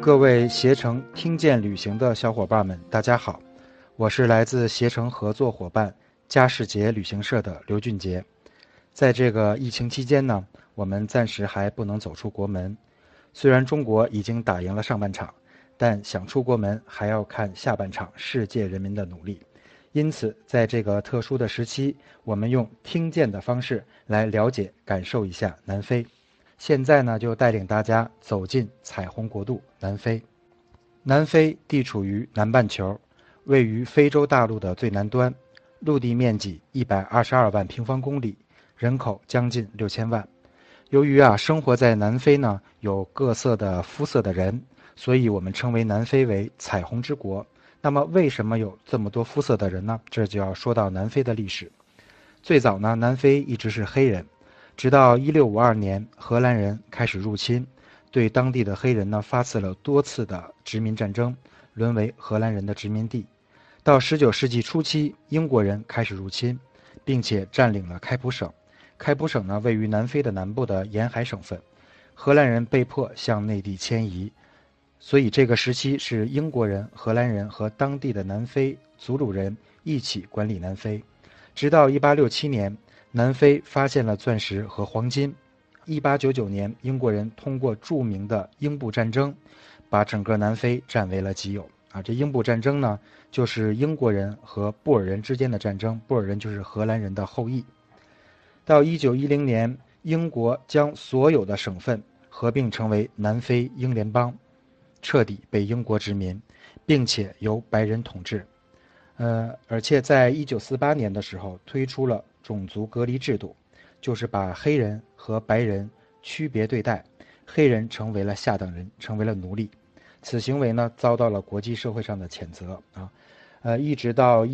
各位携程听见旅行的小伙伴们，大家好，我是来自携程合作伙伴佳世杰旅行社的刘俊杰。在这个疫情期间呢，我们暂时还不能走出国门。虽然中国已经打赢了上半场，但想出国门还要看下半场世界人民的努力。因此，在这个特殊的时期，我们用听见的方式来了解、感受一下南非。现在呢，就带领大家走进彩虹国度南非。南非地处于南半球，位于非洲大陆的最南端，陆地面积122万平方公里，人口将近6000万。由于生活在南非呢有各色的肤色的人，所以我们称为南非为彩虹之国。那么为什么有这么多肤色的人呢？这就要说到南非的历史。最早呢，南非一直是黑人，直到1652年荷兰人开始入侵，对当地的黑人呢发起了多次的殖民战争，沦为荷兰人的殖民地。到19世纪初期，英国人开始入侵，并且占领了开普省。开普省呢位于南非的南部的沿海省份，荷兰人被迫向内地迁移，所以这个时期是英国人、荷兰人和当地的南非祖鲁人一起管理南非。直到1867年，南非发现了钻石和黄金。1899年，英国人通过著名的英布战争，把整个南非占为了己有。这英布战争呢，就是英国人和布尔人之间的战争，布尔人就是荷兰人的后裔。到1910年，英国将所有的省份合并成为南非英联邦，彻底被英国殖民，并且由白人统治。而且在1948年的时候推出了种族隔离制度，就是把黑人和白人区别对待，黑人成为了下等人，成为了奴隶。此行为呢遭到了国际社会上的谴责一直到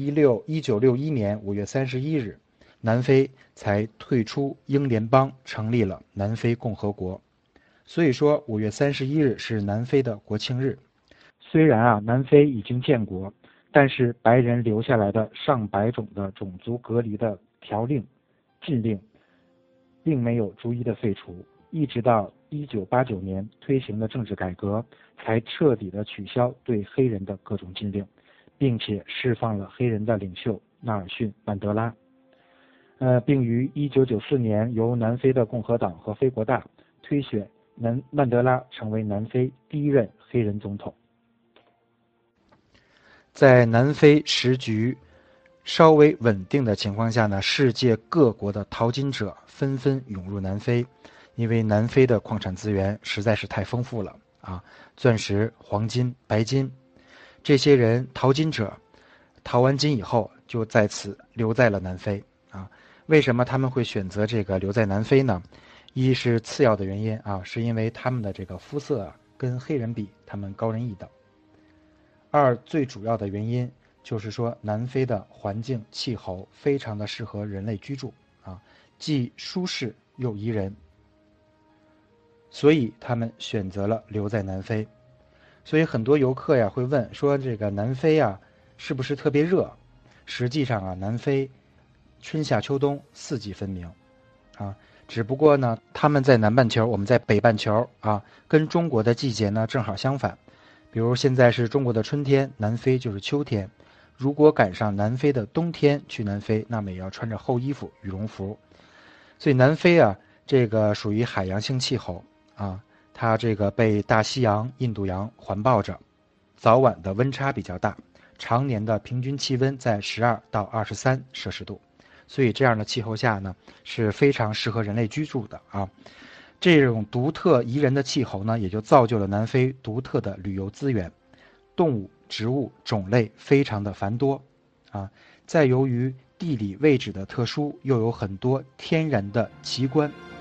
1961年5月31日，南非才退出英联邦，成立了南非共和国。所以说5月31日是南非的国庆日。虽然南非已经建国，但是白人留下来的上百种的种族隔离的条令、禁令，并没有逐一的废除，一直到1989年推行的政治改革，才彻底的取消对黑人的各种禁令，并且释放了黑人的领袖纳尔逊·曼德拉。并于1994年由南非的共和党和非国大推选曼德拉成为南非第一任黑人总统。在南非时局稍微稳定的情况下呢，世界各国的淘金者纷纷涌入南非，因为南非的矿产资源实在是太丰富了钻石、黄金、白金。这些人淘金者淘完金以后就在此留在了南非为什么他们会选择这个留在南非呢？一是次要的原因是因为他们的这个肤色跟黑人比，他们高人一等。二，最主要的原因就是说，南非的环境气候非常的适合人类居住既舒适又宜人，所以他们选择了留在南非。所以很多游客会问说，这个南非是不是特别热？实际上南非春夏秋冬四季分明只不过呢，他们在南半球，我们在北半球跟中国的季节呢正好相反。比如现在是中国的春天，南非就是秋天。如果赶上南非的冬天去南非，那么也要穿着厚衣服、羽绒服。所以南非这个属于海洋性气候它这个被大西洋、印度洋环抱着，早晚的温差比较大，常年的平均气温在12到23摄氏度。所以这样的气候下呢，是非常适合人类居住的这种独特宜人的气候呢，也就造就了南非独特的旅游资源，动物、植物种类非常的繁多再由于地理位置的特殊，又有很多天然的奇观